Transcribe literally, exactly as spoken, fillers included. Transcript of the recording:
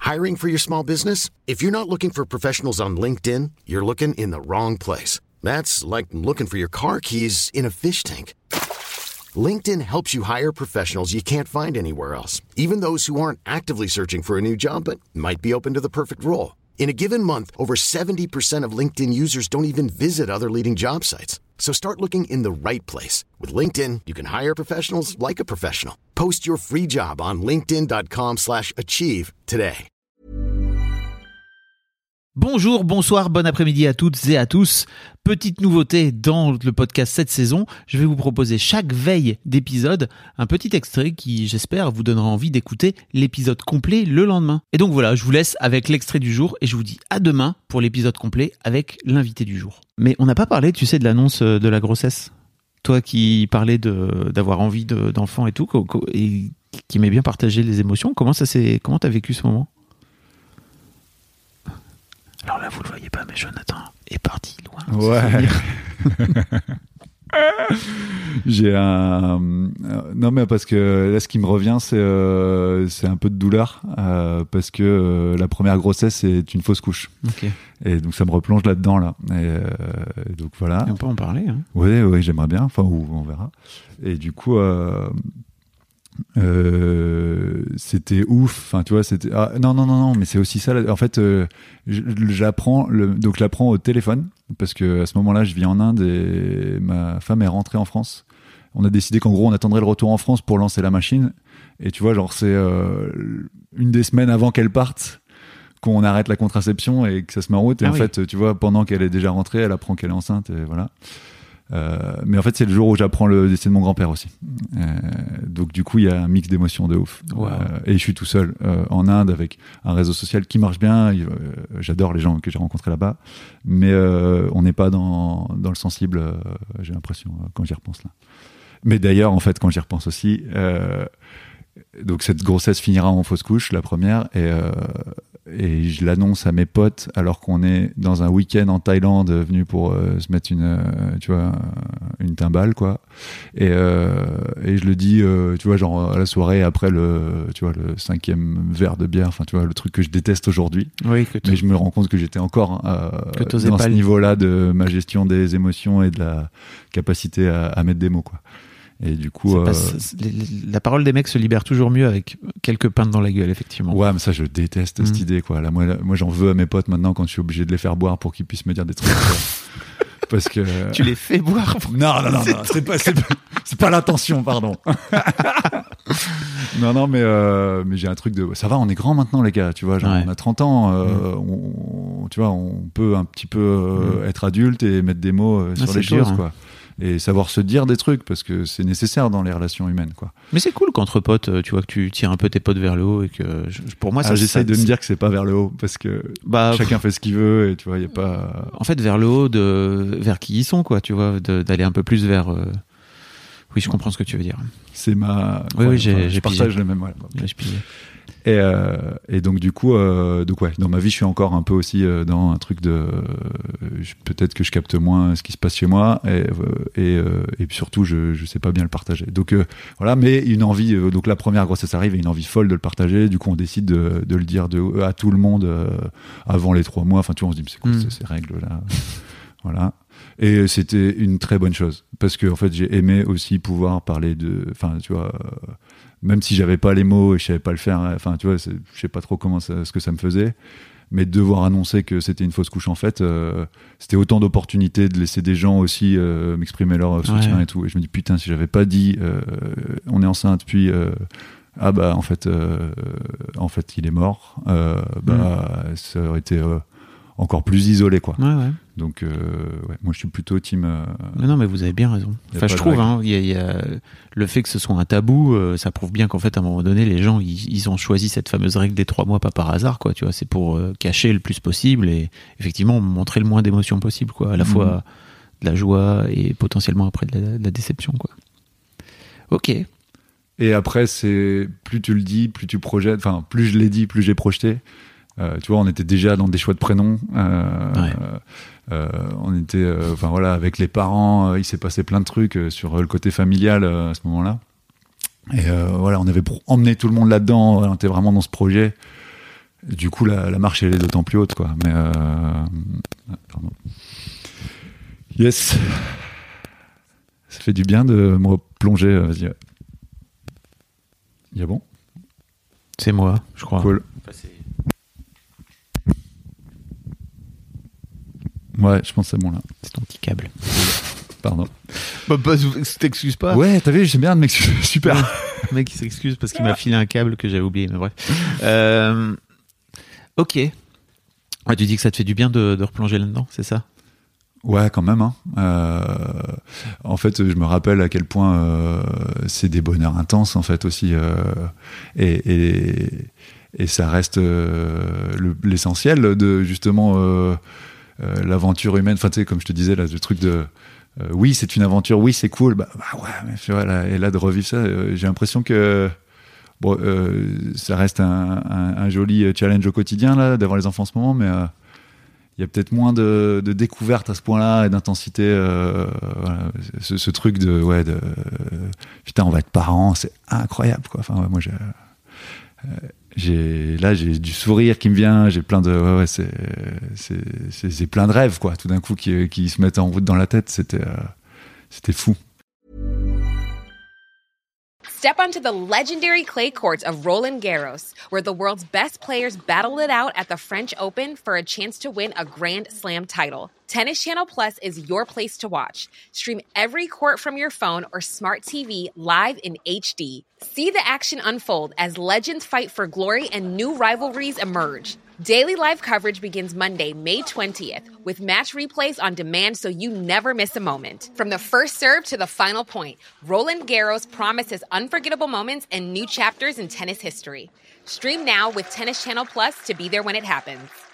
Hiring for your small business? If you're not looking for professionals on LinkedIn, you're looking in the wrong place. That's like looking for your car keys in a fish tank. LinkedIn helps you hire professionals you can't find anywhere else, even those who aren't actively searching for a new job but might be open to the perfect role. In a given month, over seventy percent of LinkedIn users don't even visit other leading job sites. So start looking in the right place. With LinkedIn, you can hire professionals like a professional. Post your free job on linkedin dot com slash achieve today. Bonjour, bonsoir, bon après-midi à toutes et à tous. Petite nouveauté dans le podcast cette saison, je vais vous proposer chaque veille d'épisode un petit extrait qui, j'espère, vous donnera envie d'écouter l'épisode complet le lendemain. Et donc voilà, je vous laisse avec l'extrait du jour et je vous dis à demain pour l'épisode complet avec l'invité du jour. Mais on n'a pas parlé, tu sais, de l'annonce de la grossesse. Toi qui parlais de, d'avoir envie de, d'enfants et tout, et qui aimait bien partager les émotions, comment ça s'est, comment t'as vécu ce moment ? Alors là, vous le voyez pas, mais Jonathan est parti loin. Ouais. J'ai un. Non, mais parce que là, ce qui me revient, c'est, euh, c'est un peu de douleur. Euh, parce que euh, la première grossesse, c'est une fausse couche. Ok. Et donc, ça me replonge là-dedans, là. Et, euh, et donc, voilà. Et on peut en parler. Hein. Oui, oui, j'aimerais bien. Enfin, ou, on verra. Et du coup. Euh... Euh, c'était ouf, enfin tu vois, c'était ah, non non non non, mais c'est aussi ça. En fait, euh, j'apprends le donc je l'apprends au téléphone parce que à ce moment-là, je vis en Inde et ma femme est rentrée en France. On a décidé qu'en gros, on attendrait le retour en France pour lancer la machine. Et tu vois, genre c'est euh, une des semaines avant qu'elle parte qu'on arrête la contraception et que ça se met en route. Et ah en oui. fait, tu vois, pendant qu'elle est déjà rentrée, elle apprend qu'elle est enceinte et voilà. Euh, mais en fait c'est le jour où j'apprends le décès de mon grand-père aussi, euh, donc du coup il y a un mix d'émotions de ouf. Wow. euh, et je suis tout seul euh, en Inde avec un réseau social qui marche bien. euh, j'adore les gens que j'ai rencontrés là-bas, mais euh, on n'est pas dans, dans le sensible, euh, j'ai l'impression euh, quand j'y repense là. Mais d'ailleurs en fait quand j'y repense aussi, euh, donc cette grossesse finira en fausse couche, la première, et euh, et je l'annonce à mes potes alors qu'on est dans un week-end en Thaïlande venu pour euh, se mettre une euh, tu vois une timbale quoi, et euh, et je le dis euh, tu vois genre à la soirée après le tu vois le cinquième verre de bière, enfin tu vois le truc que je déteste aujourd'hui. Oui, que mais je me rends compte que j'étais encore euh, que dans pas ce le... niveau-là de ma gestion des émotions et de la capacité à, à mettre des mots quoi. Et du coup, euh... pas, la parole des mecs se libère toujours mieux avec quelques pintes dans la gueule, effectivement. Ouais, mais ça, je déteste mmh. cette idée, quoi. Là, moi, là, moi, j'en veux à mes potes maintenant quand je suis obligé de les faire boire pour qu'ils puissent me dire des trucs. Parce que tu les fais boire. Non, non, non, non c'est pas, c'est pas, c'est pas l'intention, pardon. non, non, mais euh, mais j'ai un truc de. Ça va, on est grand maintenant, les gars. Tu vois, genre, ouais. on a trente ans. Euh, mmh. on, tu vois, on peut un petit peu euh, mmh. être adulte et mettre des mots euh, sur ah, les choses, dur, quoi. Hein. Et savoir se dire des trucs parce que c'est nécessaire dans les relations humaines, quoi. Mais c'est cool qu'entre potes, tu vois, que tu tires un peu tes potes vers le haut et que je, pour moi ça. Ah, j'essaye ça, de me dire que c'est pas vers le haut parce que bah, chacun pff, fait ce qu'il veut et tu vois, il y a pas. En fait, vers le haut de vers qui ils sont, quoi, tu vois, de, d'aller un peu plus vers. Euh... Oui, je comprends ce que tu veux dire. C'est ma. Oui, ouais, oui, j'ai, enfin, j'ai je partage pigé. le même. Ouais, okay. J'ai pigé. Et, euh, et donc du coup, euh, donc ouais, dans ma vie, je suis encore un peu aussi euh, dans un truc de euh, je, peut-être que je capte moins ce qui se passe chez moi et euh, et, euh, et puis surtout, je je sais pas bien le partager. Donc euh, voilà, mais une envie. Euh, donc la première grossesse arrive et une envie folle de le partager. Du coup, on décide de de le dire de à tout le monde euh, avant les trois mois. Enfin, tu vois, on se dit mais c'est quoi mmh. ces règles là. Voilà. Et c'était une très bonne chose parce que en fait, j'ai aimé aussi pouvoir parler de. Enfin, tu vois. Euh, même si j'avais pas les mots et je savais pas le faire, enfin tu vois, c'est, je sais pas trop comment ça, ce que ça me faisait, mais de devoir annoncer que c'était une fausse couche en fait, euh, c'était autant d'opportunités de laisser des gens aussi euh, m'exprimer leur soutien ouais. et tout. Et je me dis putain, si j'avais pas dit euh, on est enceinte puis euh, ah bah en fait euh, en fait il est mort, euh, bah mmh. ça aurait été euh, encore plus isolé quoi. Ouais, ouais. Donc euh, ouais, moi je suis plutôt team. Euh, non, non mais vous avez bien raison. Enfin je trouve hein, il y a, il y a le fait que ce soit un tabou, euh, ça prouve bien qu'en fait à un moment donné les gens ils, ils ont choisi cette fameuse règle des trois mois pas par hasard quoi. Tu vois, c'est pour euh, cacher le plus possible et effectivement montrer le moins d'émotions possible quoi. À la mmh. fois de la joie et potentiellement après de la, de la déception quoi. Ok. Et après c'est plus tu le dis, plus tu projettes. Enfin plus je l'ai dit, plus j'ai projeté. Euh, tu vois, on était déjà dans des choix de prénoms. Euh, ouais. euh, on était, enfin euh, voilà, avec les parents, euh, il s'est passé plein de trucs euh, sur le côté familial euh, à ce moment-là. Et euh, voilà, on avait emmené tout le monde là-dedans. On était vraiment dans ce projet. du coup, la, la marche elle est d'autant plus haute, quoi. Mais euh, pardon. Yes, ça fait du bien de me replonger. Vas-y. Il y a bon. C'est moi, je crois. Cool. Ouais, je pense que c'est bon là. C'est ton petit câble. Pardon. Bah, bah, t'excuses pas. Ouais, t'as vu, j'aime bien de m'excuser. Super. Le mec, il s'excuse parce qu'il m'a filé un câble que j'avais oublié, mais bref. Euh, ok. Ouais, tu dis que ça te fait du bien de, de replonger là-dedans, c'est ça? Ouais, quand même. Hein. Euh, en fait, je me rappelle à quel point euh, c'est des bonheurs intenses, en fait, aussi. Euh, et, et, et ça reste euh, le, l'essentiel de, justement, euh, euh, l'aventure humaine. Enfin, tu sais, comme je te disais, là, le truc de... Euh, oui, c'est une aventure, oui, c'est cool. Bah, bah ouais, mais tu vois, là, et là, de revivre ça, euh, j'ai l'impression que... Bon, euh, ça reste un, un, un joli challenge au quotidien, là, d'avoir les enfants en ce moment, mais... Euh, il y a peut-être moins de, de découvertes à ce point-là et d'intensité. Euh, voilà, ce, ce truc de, ouais, de, euh, putain, on va être parents, c'est incroyable, quoi. Enfin, ouais, moi, j'ai, euh, j'ai, là, j'ai du sourire qui me vient, j'ai plein de, ouais, ouais, c'est, c'est, c'est, c'est plein de rêves, quoi. Tout d'un coup, qui, qui se mettent en route dans la tête, c'était, euh, c'était fou. Step onto the legendary clay courts of Roland Garros, where the world's best players battle it out at the French Open for a chance to win a Grand Slam title. Tennis Channel Plus is your place to watch. Stream every court from your phone or smart T V live in H D. See the action unfold as legends fight for glory and new rivalries emerge. Daily live coverage begins Monday, May twentieth, with match replays on demand so you never miss a moment. From the first serve to the final point, Roland Garros promises unforgettable moments and new chapters in tennis history. Stream now with Tennis Channel Plus to be there when it happens.